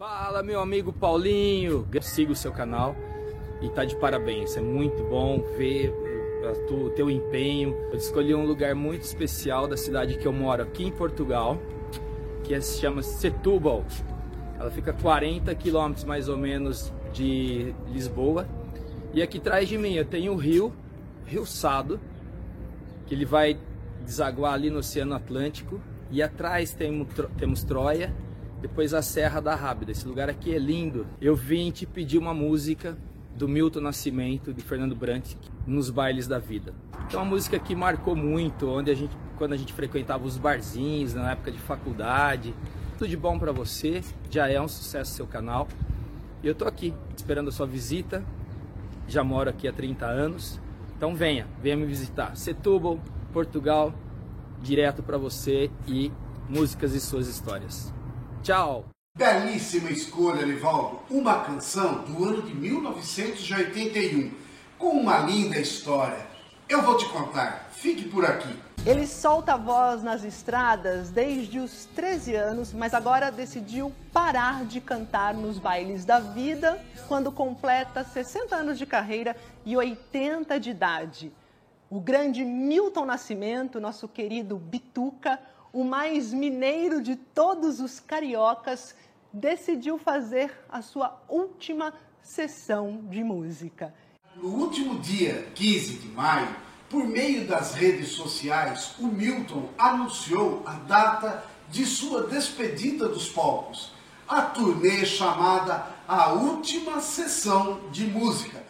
Fala, meu amigo Paulinho, eu sigo o seu canal e tá de parabéns, é muito bom ver o teu empenho. Eu escolhi um lugar muito especial da cidade que eu moro aqui em Portugal, que se chama Setúbal. Ela fica a 40 quilômetros mais ou menos de Lisboa. E aqui atrás de mim eu tenho o Rio Sado, que ele vai desaguar ali no Oceano Atlântico. E atrás temos Troia, depois a Serra da Rábida. Esse lugar aqui é lindo. Eu vim te pedir uma música do Milton Nascimento, de Fernando Brant, Nos Bailes da Vida. Então, uma música que marcou muito, quando a gente frequentava os barzinhos, na época de faculdade. Tudo de bom para você, já é um sucesso seu canal. E eu tô aqui, esperando a sua visita. Já moro aqui há 30 anos. Então venha me visitar. Setúbal, Portugal, direto para você e músicas e suas histórias. Tchau! Belíssima escolha, Nivaldo. Uma canção do ano de 1981, com uma linda história. Eu vou te contar, fique por aqui. Ele solta a voz nas estradas desde os 13 anos, mas agora decidiu parar de cantar nos bailes da vida quando completa 60 anos de carreira e 80 de idade. O grande Milton Nascimento, nosso querido Bituca, o mais mineiro de todos os cariocas, decidiu fazer a sua última sessão de música. No último dia 15 de maio, por meio das redes sociais, o Milton anunciou a data de sua despedida dos palcos, a turnê chamada A Última Sessão de Música.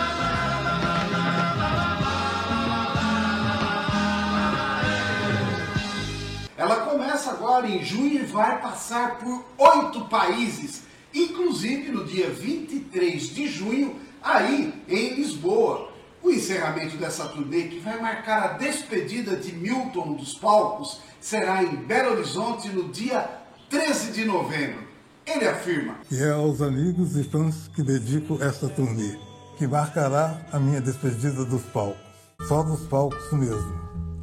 Ela começa agora em junho e vai passar por 8 países, inclusive no dia 23 de junho, aí em Lisboa. O encerramento dessa turnê, que vai marcar a despedida de Milton dos palcos, será em Belo Horizonte no dia 13 de novembro. Ele afirma: E é aos amigos e fãs que dedico esta turnê, que marcará a minha despedida dos palcos. Só dos palcos mesmo.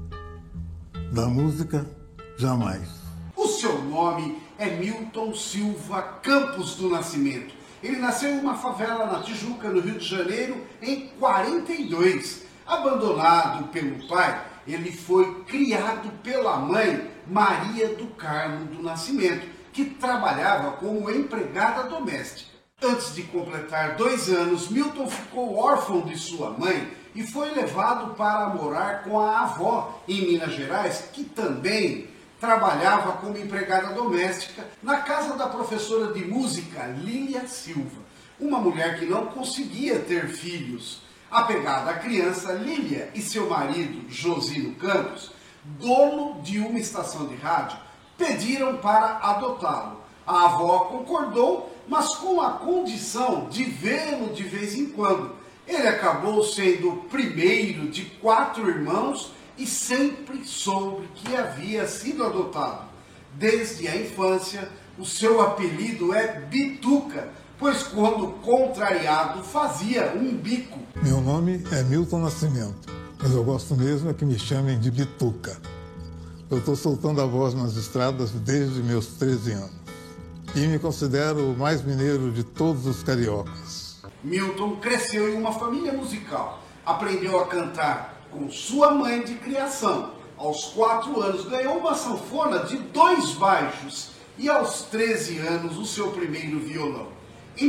Da música, jamais. O seu nome é Milton Silva Campos do Nascimento. Ele nasceu em uma favela na Tijuca, no Rio de Janeiro, em 42. Abandonado pelo pai, ele foi criado pela mãe, Maria do Carmo do Nascimento, que trabalhava como empregada doméstica. Antes de completar 2 anos, Milton ficou órfão de sua mãe e foi levado para morar com a avó em Minas Gerais, que também trabalhava como empregada doméstica na casa da professora de música Lília Silva, uma mulher que não conseguia ter filhos. Apegada à criança, Lília e seu marido, Josino Campos, dono de uma estação de rádio, pediram para adotá-lo. A avó concordou, mas com a condição de vê-lo de vez em quando. Ele acabou sendo o primeiro de 4 irmãos e sempre soube que havia sido adotado. Desde a infância, o seu apelido é Bituca, pois quando contrariado fazia um bico. Meu nome é Milton Nascimento, mas eu gosto mesmo é que me chamem de Bituca. Eu estou soltando a voz nas estradas desde meus 13 anos e me considero o mais mineiro de todos os cariocas. Milton cresceu em uma família musical, aprendeu a cantar com sua mãe de criação. Aos 4 anos ganhou uma sanfona de 2 baixos e aos 13 anos o seu primeiro violão. Em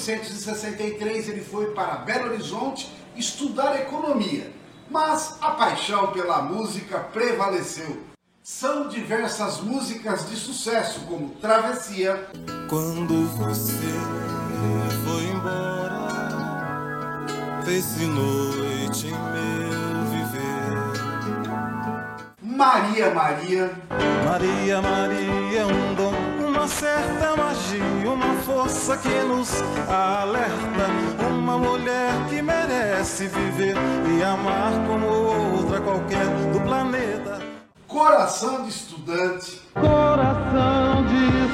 1963 ele foi para Belo Horizonte estudar economia, mas a paixão pela música prevaleceu. São diversas músicas de sucesso, como Travessia. Quando você foi embora, fez-se noite meu viver. Maria, Maria. Maria, Maria é um dom, uma certa magia, uma força que nos alerta. Uma mulher que merece viver e amar como outra qualquer do planeta. Coração de Estudante. Coração de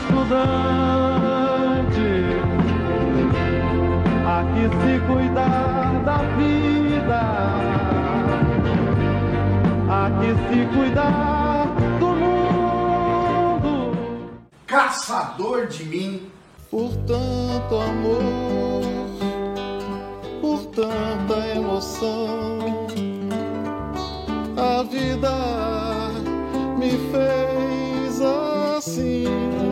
estudante, há que se cuidar da vida, há que se cuidar do mundo. Caçador de Mim. por tanto amor, por tanta emoção. A vida me fez assim.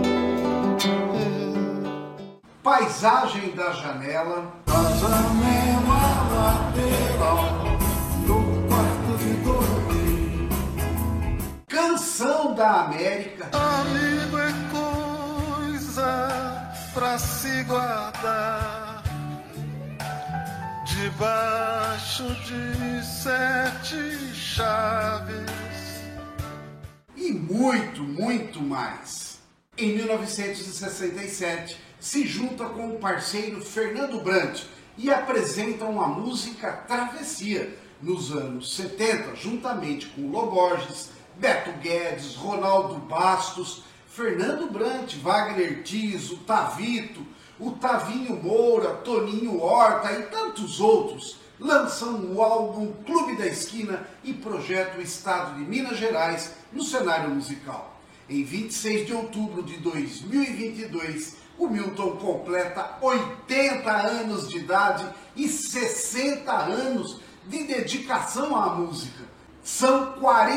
Paisagem da janela. A janela lateral do quarto de dormir. Canção da América. Amigo é coisa pra se guardar debaixo de 7 chaves. E muito, muito mais. Em 1967, se junta com o parceiro Fernando Brant e apresentam a música Travessia. Nos anos 70, juntamente com Lô Borges, Beto Guedes, Ronaldo Bastos, Fernando Brant, Wagner Tiso, Tavito, o Tavinho Moura, Toninho Horta e tantos outros lançam o álbum Clube da Esquina e projetam o estado de Minas Gerais no cenário musical. Em 26 de outubro de 2022, o Milton completa 80 anos de idade e 60 anos de dedicação à música. São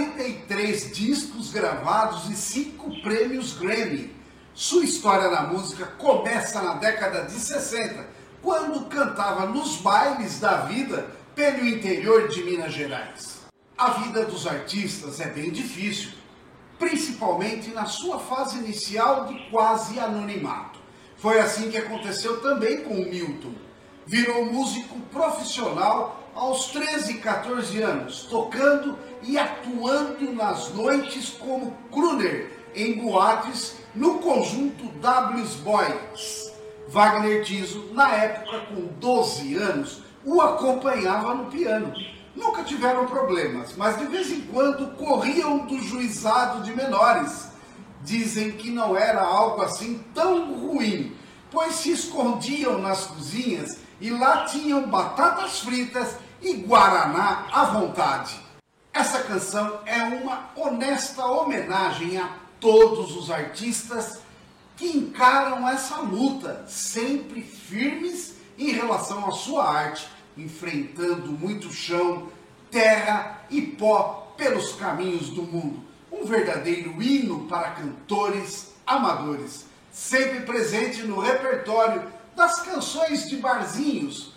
43 discos gravados e 5 prêmios Grammy. Sua história na música começa na década de 60, quando cantava nos bailes da vida pelo interior de Minas Gerais. A vida dos artistas é bem difícil, principalmente na sua fase inicial de quase anonimato. Foi assim que aconteceu também com o Milton. Virou músico profissional aos 13 e 14 anos, tocando e atuando nas noites como crooner em boates no conjunto W's Boys. Wagner Tiso, na época com 12 anos, o acompanhava no piano. Nunca tiveram problemas, mas de vez em quando corriam do juizado de menores. Dizem que não era algo assim tão ruim, pois se escondiam nas cozinhas e lá tinham batatas fritas e guaraná à vontade. Essa canção é uma honesta homenagem a todos os artistas que encaram essa luta, sempre firmes em relação à sua arte, enfrentando muito chão, terra e pó pelos caminhos do mundo. Um verdadeiro hino para cantores amadores, sempre presente no repertório das canções de barzinhos.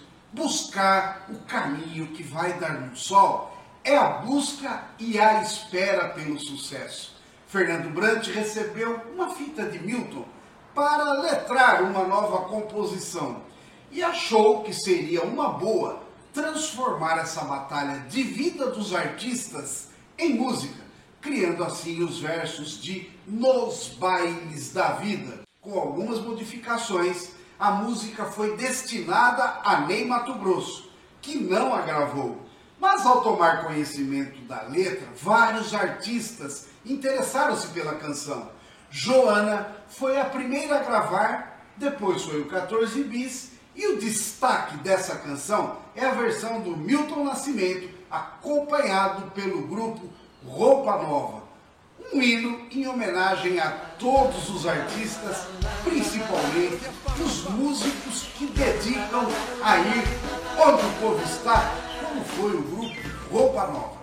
Buscar o caminho que vai dar no sol é a busca e a espera pelo sucesso. Fernando Brant recebeu uma fita de Milton para letrar uma nova composição e achou que seria uma boa transformar essa batalha de vida dos artistas em música, criando assim os versos de Nos Bailes da Vida. Com algumas modificações, a música foi destinada a Ney Matogrosso, que não a gravou. Mas ao tomar conhecimento da letra, vários artistas interessaram-se pela canção. Joana foi a primeira a gravar, depois foi o 14 Bis, e o destaque dessa canção é a versão do Milton Nascimento, acompanhado pelo grupo Roupa Nova. Um hino em homenagem a todos os artistas, principalmente os músicos que dedicam a ir onde o povo está, como foi o grupo Roupa Nova.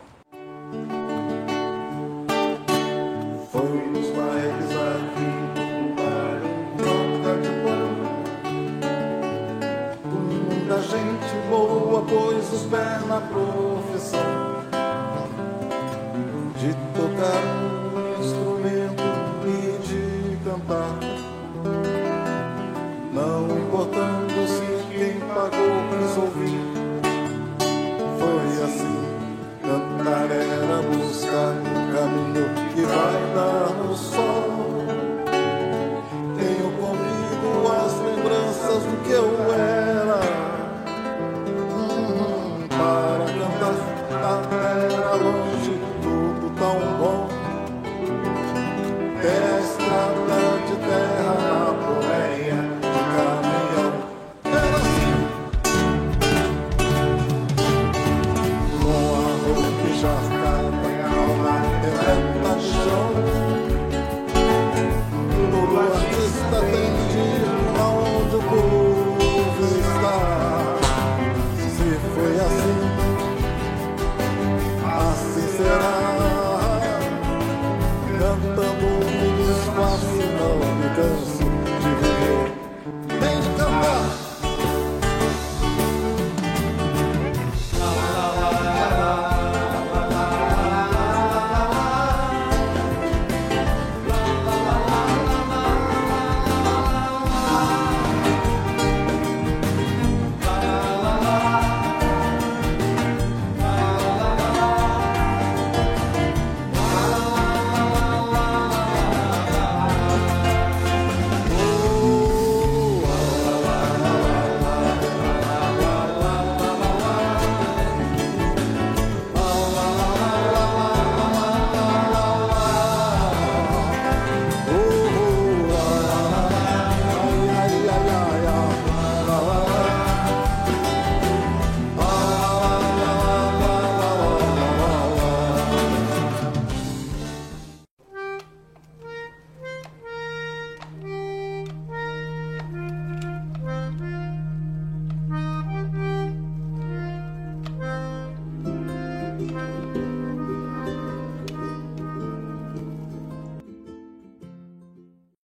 Foi nos bailes aqui no bar em troca de pão. Muita gente boa pôs os pés na profissão de tocar um instrumento e de cantar, não importando se quem pagou quis ouvir